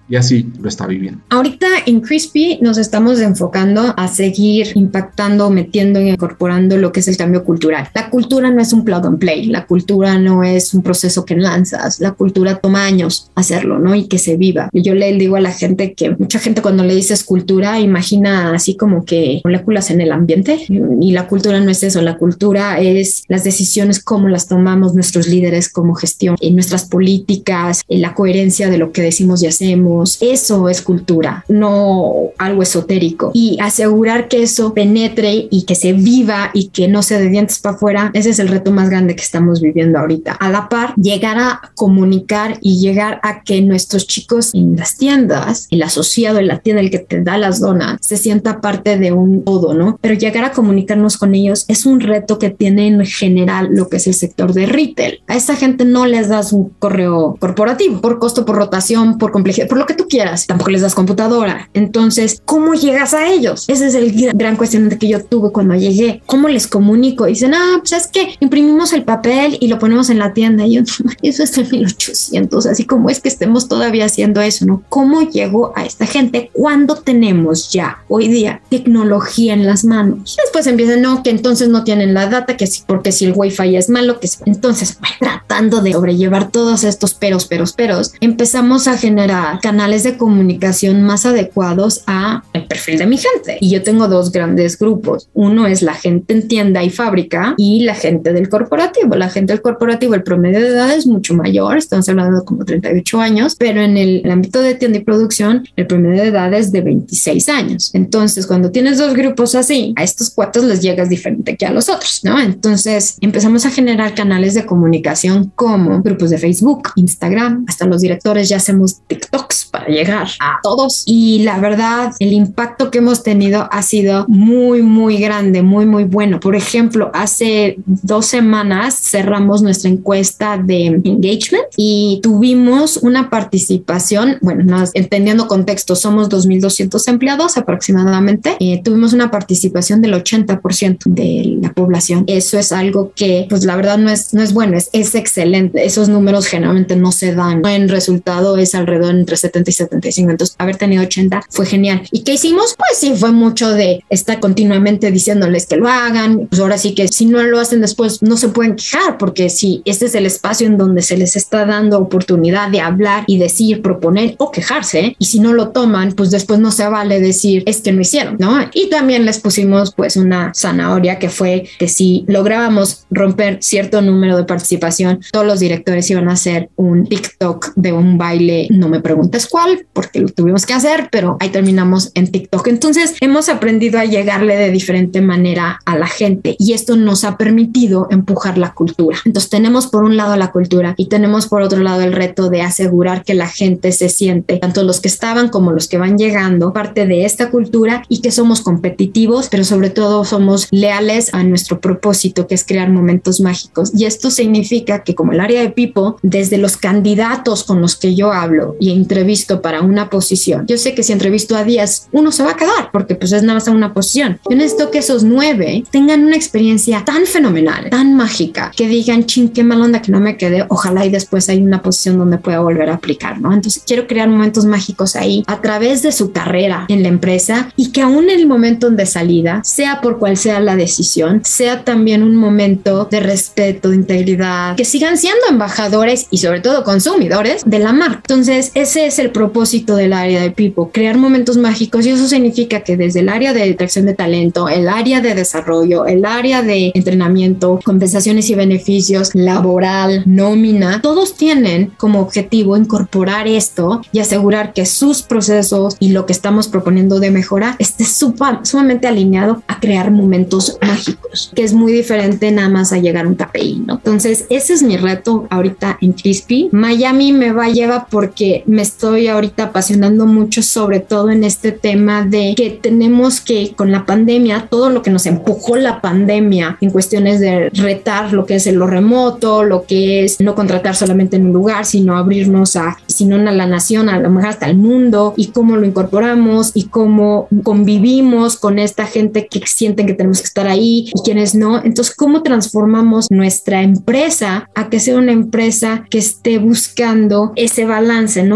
y así lo está viviendo. Ahorita en Crispy nos estamos enfocando a seguir impactando, metiendo y incorporando lo que es el cambio cultural. La cultura no es un plug and play, la cultura no es un proceso que lanzas, la cultura toma años hacerlo, ¿no? Y que se viva. Yo le digo a la gente que mucha gente cuando le dices cultura imagina así como que moléculas en el ambiente, y la cultura no es eso. La cultura es las decisiones, cómo las tomamos nuestros líderes, cómo gestión, nuestras políticas, la coherencia de lo que decimos y hacemos. Eso es cultura, no algo esotérico. Y asegurar que eso penetre y que se viva y que no se de dientes para afuera, ese es el reto más grande que estamos viviendo ahorita. A la par, llegar a comunicar y llegar a que nuestros chicos en las tiendas, el asociado en la tienda, el que te da las donas, se sienta parte de un todo, ¿no? Pero llegar a comunicarnos con ellos es un reto que tiene en general lo que es el sector de retail. A esta gente no les das un correo corporativo por costo, por rotación, por complejidad, por lo que tú quieras. Tampoco les das computadora. Entonces, ¿cómo llegas a ellos? Ese es el gran cuestionante que yo tuve cuando llegué. ¿Cómo les comunico? Dicen, pues es que imprimimos el papel y lo ponemos en la tienda. Y yo, eso es de 1800. Así como es que estemos todavía haciendo eso, ¿no? ¿Cómo llego a esta gente cuando tenemos ya hoy día tecnología en las manos? Después empiezan, no, que entonces no tienen la data, que sí, porque si el wifi es malo, que sí. Entonces, tratando de sobrellevar todos estos peros, empezamos a generar canales de comunicación más adecuados a el perfil de mi gente. Y yo tengo dos grandes grupos. Uno es la gente en tienda y fábrica y la gente del corporativo. La gente del corporativo, el promedio de edad es mucho mayor, estamos hablando de como 38 años, pero en el ámbito de tienda y producción, el promedio de edad es de 26 años. Entonces, cuando tienes dos grupos así, a estos cuates les llegas diferente que a los otros, ¿no? Entonces, empezamos a generar canales de comunicación como grupos de Facebook, Instagram, hasta los directores ya hacemos TikToks para llegar a todos. Y la verdad, el impacto que hemos tenido ha sido muy, muy grande, muy, muy bueno. Por ejemplo, hace 2 semanas cerramos nuestra encuesta de engagement y tuvimos una participación, bueno, entendiendo contexto, somos 2,200 empleados aproximadamente. Tuvimos una participación del 80% de la población. Eso es algo que, pues la verdad no es bueno, es excelente. Esos números generalmente no se dan. El resultado es alrededor entre 70 y 75. Entonces, haber tenido 80 fue genial. ¿Y qué hicimos? Pues sí, fue mucho de estar continuamente diciéndoles que lo hagan. Pues ahora sí que si no lo hacen después no se pueden quejar, porque si este es el espacio en donde se les está dando oportunidad de hablar y decir, proponer o quejarse, y si no lo toman, pues después no se vale decir es que no hicieron, ¿no? Y también les pusimos pues una zanahoria que fue que si lográbamos romper cierto número de participación, todos los directores iban a hacer un TikTok de un baile, no me preguntes cuál, porque lo tuvimos que hacer, pero ahí terminamos en TikTok. Entonces hemos aprendido a llegarle de diferente manera a la gente y esto nos ha permitido empujar la cultura. Entonces tenemos por un lado la cultura y tenemos por otro lado el reto de asegurar que la gente se siente, tanto los que estaban como los que van llegando, parte de esta cultura y que somos competitivos, pero sobre todo somos leales a nuestro propósito, que es crear momentos mágicos. Y esto significa que como el área de People, desde los candidatos con los que yo hablo y entrevisto para una posición, yo sé que si entrevisto a 10, uno se va a quedar porque pues es nada más una posición. Yo necesito que esos 9 tengan una experiencia tan fenomenal, tan mágica, que digan, ching, qué mal onda que no me quedé, ojalá y después hay una posición donde pueda volver a aplicar, ¿no? Entonces quiero crear momentos mágicos ahí a través de su carrera en la empresa y que aún en el momento de salida, sea por cual sea la decisión, sea también un momento de respeto, de integridad, que sigan siendo embajadores y sobre todo consumidores de la marca. Entonces ese es el propósito del área de People, crear momentos mágicos, y eso significa que desde el área de atracción de talento, el área de desarrollo, el área de entrenamiento, compensaciones y beneficios, laboral, nómina, todos tienen como objetivo incorporar esto y asegurar que sus procesos y lo que estamos proponiendo de mejora esté sumamente alineado a crear momentos mágicos, que es muy diferente nada más a llegar a un KPI, ¿no? Entonces ese es mi reto ahorita en Crispy. Miami me va a llevar porque me estoy ahorita apasionando mucho, sobre todo en este tema de que tenemos que, con la pandemia, todo lo que nos empujó la pandemia en cuestiones de retar lo que es lo remoto, lo que es no contratar solamente en un lugar, sino abrirnos a la nación, a lo mejor hasta el mundo, y cómo lo incorporamos y cómo convivimos con esta gente que sienten que tenemos que estar ahí y quienes no. Entonces, ¿cómo transformamos nuestra empresa a que sea una empresa que esté buscando ese balance, ¿no? Y ese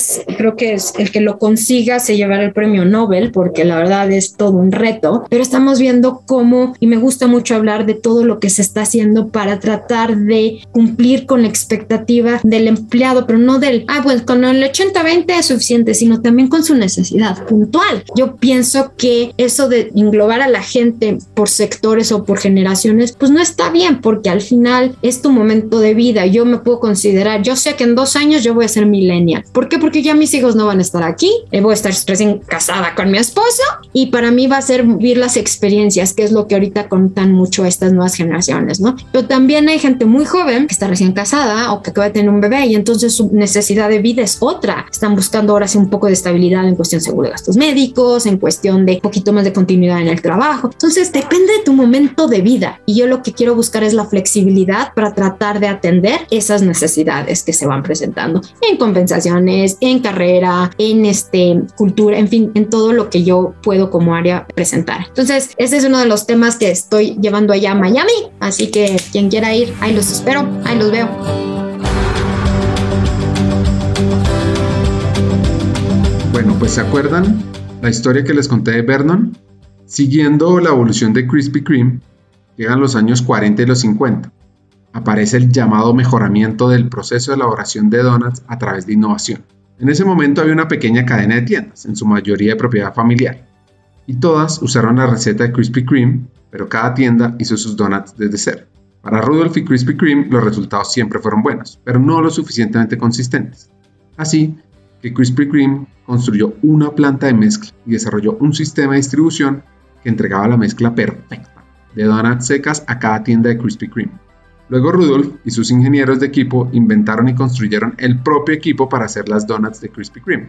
creo que es el que lo consiga se llevará el premio Nobel, porque la verdad es todo un reto, pero estamos viendo cómo, y me gusta mucho hablar de todo lo que se está haciendo para tratar de cumplir con la expectativa del empleado, pero no del, pues con el 80-20 es suficiente, sino también con su necesidad puntual. Yo pienso que eso de englobar a la gente por sectores o por generaciones, pues no está bien, porque al final es tu momento de vida. Yo me puedo considerar, yo sé que en 2 años yo voy a ser millennial. ¿Por qué? Porque ya mis hijos no van a estar aquí, voy a estar recién casada con mi esposo y para mí va a ser vivir las experiencias, que es lo que ahorita contan mucho estas nuevas generaciones, ¿no? Pero también hay gente muy joven que está recién casada o que acaba de tener un bebé y entonces su necesidad de vida es otra. Están buscando ahora sí un poco de estabilidad en cuestión de seguro de gastos médicos, en cuestión de un poquito más de continuidad en el trabajo. Entonces depende de tu momento de vida y yo lo que quiero buscar es la flexibilidad para tratar de atender esas necesidades que se van presentando en compensaciones, en carrera, en cultura, en fin, en todo lo que yo puedo como área presentar. Entonces ese es uno de los temas que estoy llevando allá a Miami, así que quien quiera ir, ahí los espero, ahí los veo. Bueno, pues ¿se acuerdan la historia que les conté de Vernon? Siguiendo la evolución de Krispy Kreme, llegan los años 40 y los 50. Aparece el llamado mejoramiento del proceso de elaboración de donuts a través de innovación. En ese momento había una pequeña cadena de tiendas, en su mayoría de propiedad familiar, y todas usaron la receta de Krispy Kreme, pero cada tienda hizo sus donuts desde cero. Para Rudolph y Krispy Kreme los resultados siempre fueron buenos, pero no lo suficientemente consistentes. Así que Krispy Kreme construyó una planta de mezcla y desarrolló un sistema de distribución que entregaba la mezcla perfecta de donuts secas a cada tienda de Krispy Kreme. Luego Rudolph y sus ingenieros de equipo inventaron y construyeron el propio equipo para hacer las donuts de Krispy Kreme.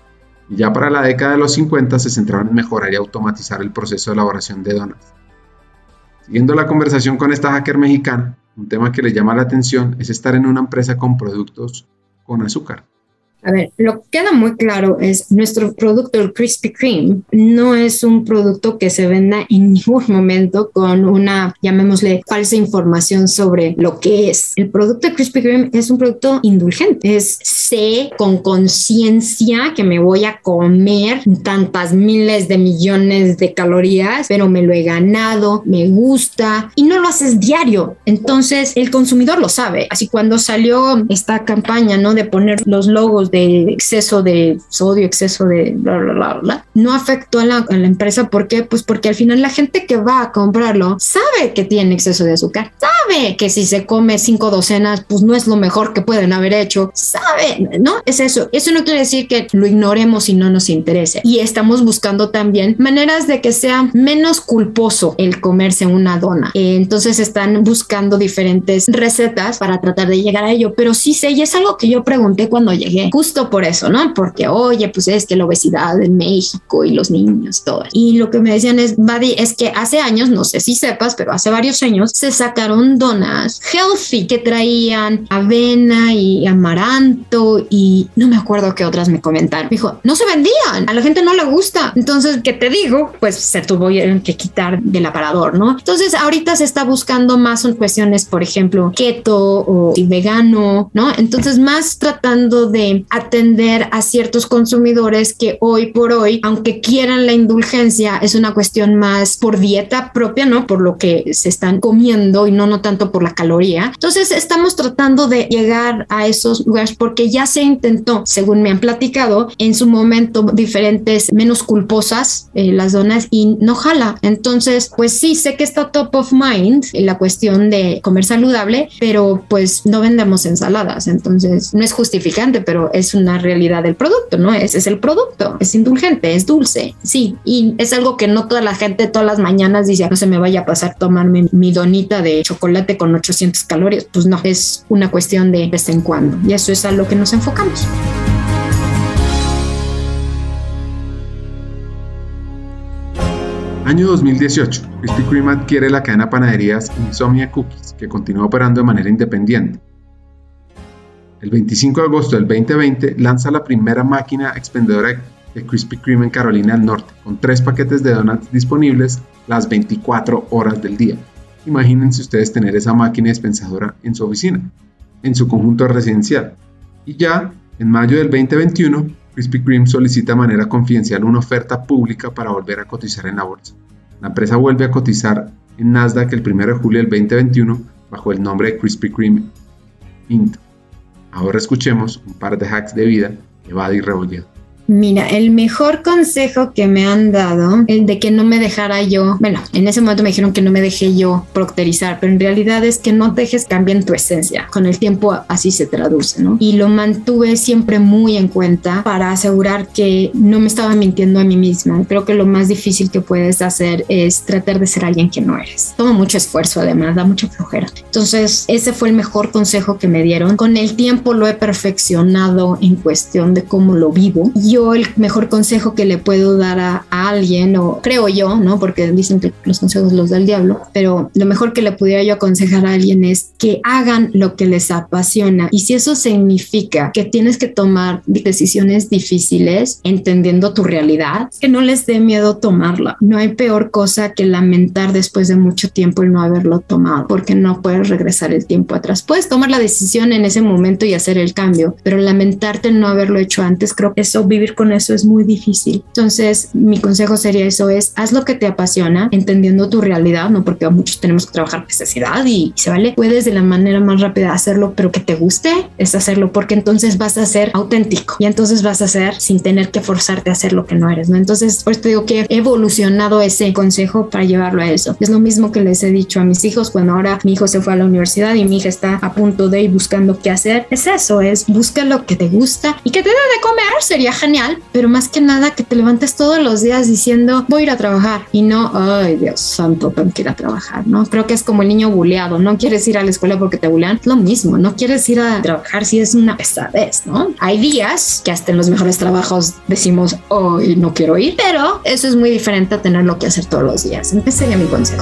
Y ya para la década de los 50 se centraron en mejorar y automatizar el proceso de elaboración de donuts. Siguiendo la conversación con esta hacker mexicana, un tema que le llama la atención es estar en una empresa con productos con azúcar. A ver, lo que queda muy claro es nuestro producto, el Krispy Kreme, no es un producto que se venda en ningún momento con una, llamémosle, falsa información sobre lo que es. El producto de Krispy Kreme es un producto indulgente. Sé con conciencia que me voy a comer tantas miles de millones de calorías, pero me lo he ganado, me gusta y no lo haces diario. Entonces, el consumidor lo sabe. Así cuando salió esta campaña, ¿no? De poner los logos de exceso de sodio, exceso de bla, bla, bla, bla, no afectó a la empresa. ¿Por qué? Pues porque al final la gente que va a comprarlo sabe que tiene exceso de azúcar, sabe que si se come 5 docenas, pues no es lo mejor que pueden haber hecho, sabe, ¿no? Es eso. Eso no quiere decir que lo ignoremos y no nos interese. Y estamos buscando también maneras de que sea menos culposo el comerse una dona. Entonces están buscando diferentes recetas para tratar de llegar a ello, pero sí sé, y es algo que yo pregunté cuando llegué, justo por eso, ¿no? Porque, oye, pues es que la obesidad en México y los niños, todo. Y lo que me decían es, Buddy, es que hace años, no sé si sepas, pero hace varios años se sacaron donas healthy que traían avena y amaranto y no me acuerdo qué otras me comentaron. Me dijo, no se vendían, a la gente no le gusta. Entonces, ¿qué te digo? Pues se tuvieron que quitar del aparador, ¿no? Entonces, ahorita se está buscando más en cuestiones, por ejemplo, keto o vegano, ¿no? Entonces, más tratando de atender a ciertos consumidores que hoy por hoy, aunque quieran la indulgencia, es una cuestión más por dieta propia, ¿no? Por lo que se están comiendo y no tanto por la caloría. Entonces estamos tratando de llegar a esos lugares porque ya se intentó, según me han platicado, en su momento diferentes menos culposas las donas y no jala. Entonces, pues sí, sé que está top of mind la cuestión de comer saludable, pero pues no vendemos ensaladas. Entonces no es justificante, pero es una realidad del producto, ¿no? Ese es el producto, es indulgente, es dulce, sí, y es algo que no toda la gente todas las mañanas dice, no se me vaya a pasar tomarme mi donita de chocolate con 800 calorías, pues no, es una cuestión de vez en cuando, y eso es a lo que nos enfocamos. Año 2018, Krispy Kreme adquiere la cadena de panaderías Insomnia Cookies, que continúa operando de manera independiente. El 25 de agosto del 2020 lanza la primera máquina expendedora de Krispy Kreme en Carolina del Norte, con 3 paquetes de donuts disponibles las 24 horas del día. Imagínense ustedes tener esa máquina dispensadora en su oficina, en su conjunto residencial. Y ya En mayo del 2021, Krispy Kreme solicita de manera confidencial una oferta pública para volver a cotizar en la bolsa. La empresa vuelve a cotizar en Nasdaq el 1 de julio del 2021 bajo el nombre de Krispy Kreme Inc. Ahora escuchemos un par de hacks de vida de Badi Rebolledo. Mira, el mejor consejo que me han dado, el de que no me dejara yo, bueno, en ese momento me dijeron que no me dejé yo procterizar, pero en realidad es que no dejes cambiar tu esencia. Con el tiempo así se traduce, ¿no? Y lo mantuve siempre muy en cuenta para asegurar que no me estaba mintiendo a mí misma. Creo que lo más difícil que puedes hacer es tratar de ser alguien que no eres. Toma mucho esfuerzo, además, da mucha flojera. Entonces, ese fue el mejor consejo que me dieron. Con el tiempo lo he perfeccionado en cuestión de cómo lo vivo. Yo el mejor consejo que le puedo dar a alguien, o creo yo, ¿no? Porque dicen que los consejos los da el diablo, pero lo mejor que le pudiera yo aconsejar a alguien es que hagan lo que les apasiona. Y si eso significa que tienes que tomar decisiones difíciles, entendiendo tu realidad, que no les dé miedo tomarla. No hay peor cosa que lamentar después de mucho tiempo el no haberlo tomado, porque no puedes regresar el tiempo atrás. Puedes tomar la decisión en ese momento y hacer el cambio, pero lamentarte el no haberlo hecho antes, creo que eso, vivir con eso es muy difícil. Entonces mi consejo sería eso, es haz lo que te apasiona, entendiendo tu realidad, no porque muchos tenemos que trabajar necesidad y se vale, puedes de la manera más rápida hacerlo, pero que te guste es hacerlo, porque entonces vas a ser auténtico y entonces vas a hacer sin tener que forzarte a hacer lo que no eres, ¿no? Entonces por eso te digo que he evolucionado ese consejo para llevarlo a eso. Es lo mismo que les he dicho a mis hijos cuando ahora mi hijo se fue a la universidad y mi hija está a punto de ir buscando qué hacer. Es eso, es busca lo que te gusta y que te dé de comer, sería genial, pero más que nada que te levantes todos los días diciendo voy a ir a trabajar y no, ay Dios santo, tengo que ir a trabajar, ¿no? Creo que es como el niño buleado, no quieres ir a la escuela porque te bulean, es lo mismo, no quieres ir a trabajar si es una pesadez, ¿no? Hay días que hasta en los mejores trabajos decimos hoy no quiero ir, pero eso es muy diferente a tenerlo que hacer todos los días. Ese sería mi consejo.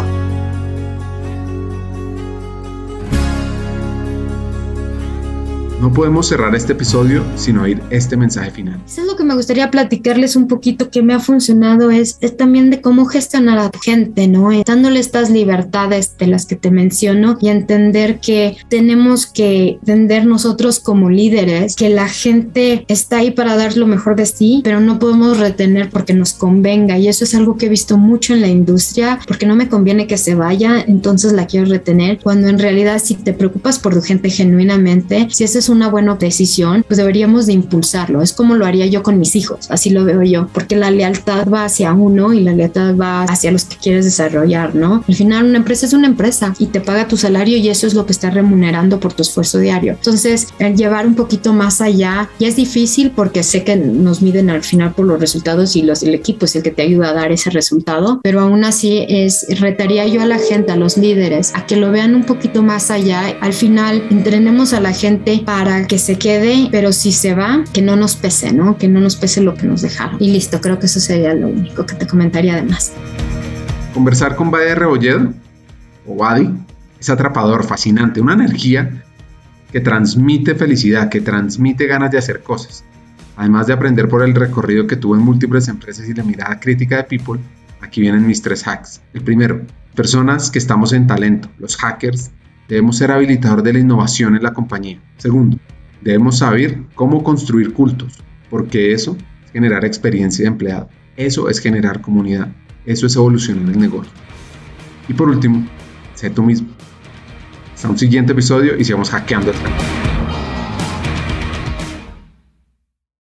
No podemos cerrar este episodio sin oír este mensaje final. Eso es lo que me gustaría platicarles un poquito que me ha funcionado, es también de cómo gestionar a tu gente, ¿no? Dándole estas libertades de las que te menciono y entender que tenemos que entender nosotros como líderes que la gente está ahí para dar lo mejor de sí, pero no podemos retener porque nos convenga, y eso es algo que he visto mucho en la industria, porque no me conviene que se vaya, entonces la quiero retener, cuando en realidad si te preocupas por tu gente genuinamente, si esa es una buena decisión, pues deberíamos de impulsarlo. Es como lo haría yo con mis hijos, así lo veo yo, porque la lealtad va hacia uno y la lealtad va hacia los que quieres desarrollar, ¿no? Al final una empresa es una empresa y te paga tu salario y eso es lo que está remunerando por tu esfuerzo diario. Entonces, el llevar un poquito más allá ya es difícil porque sé que nos miden al final por los resultados y el equipo es el que te ayuda a dar ese resultado, pero aún así retaría yo a la gente, a los líderes, a que lo vean un poquito más allá. Al final, entrenemos a la gente para que se quede, pero si se va, que no nos pese, ¿no? Que no nos pese lo que nos dejaron. Y listo, creo que eso sería lo único que te comentaría además. Conversar con Badi Rebolledo, o Badi, es atrapador, fascinante, una energía que transmite felicidad, que transmite ganas de hacer cosas. Además de aprender por el recorrido que tuvo en múltiples empresas y la mirada crítica de People, aquí vienen mis 3 hacks. El primero, personas que estamos en talento, los hackers, debemos ser habilitador de la innovación en la compañía. Segundo, debemos saber cómo construir cultos, porque eso es generar experiencia de empleado. Eso es generar comunidad. Eso es evolucionar el negocio. Y por último, sé tú mismo. Hasta un siguiente episodio y sigamos hackeando el talento.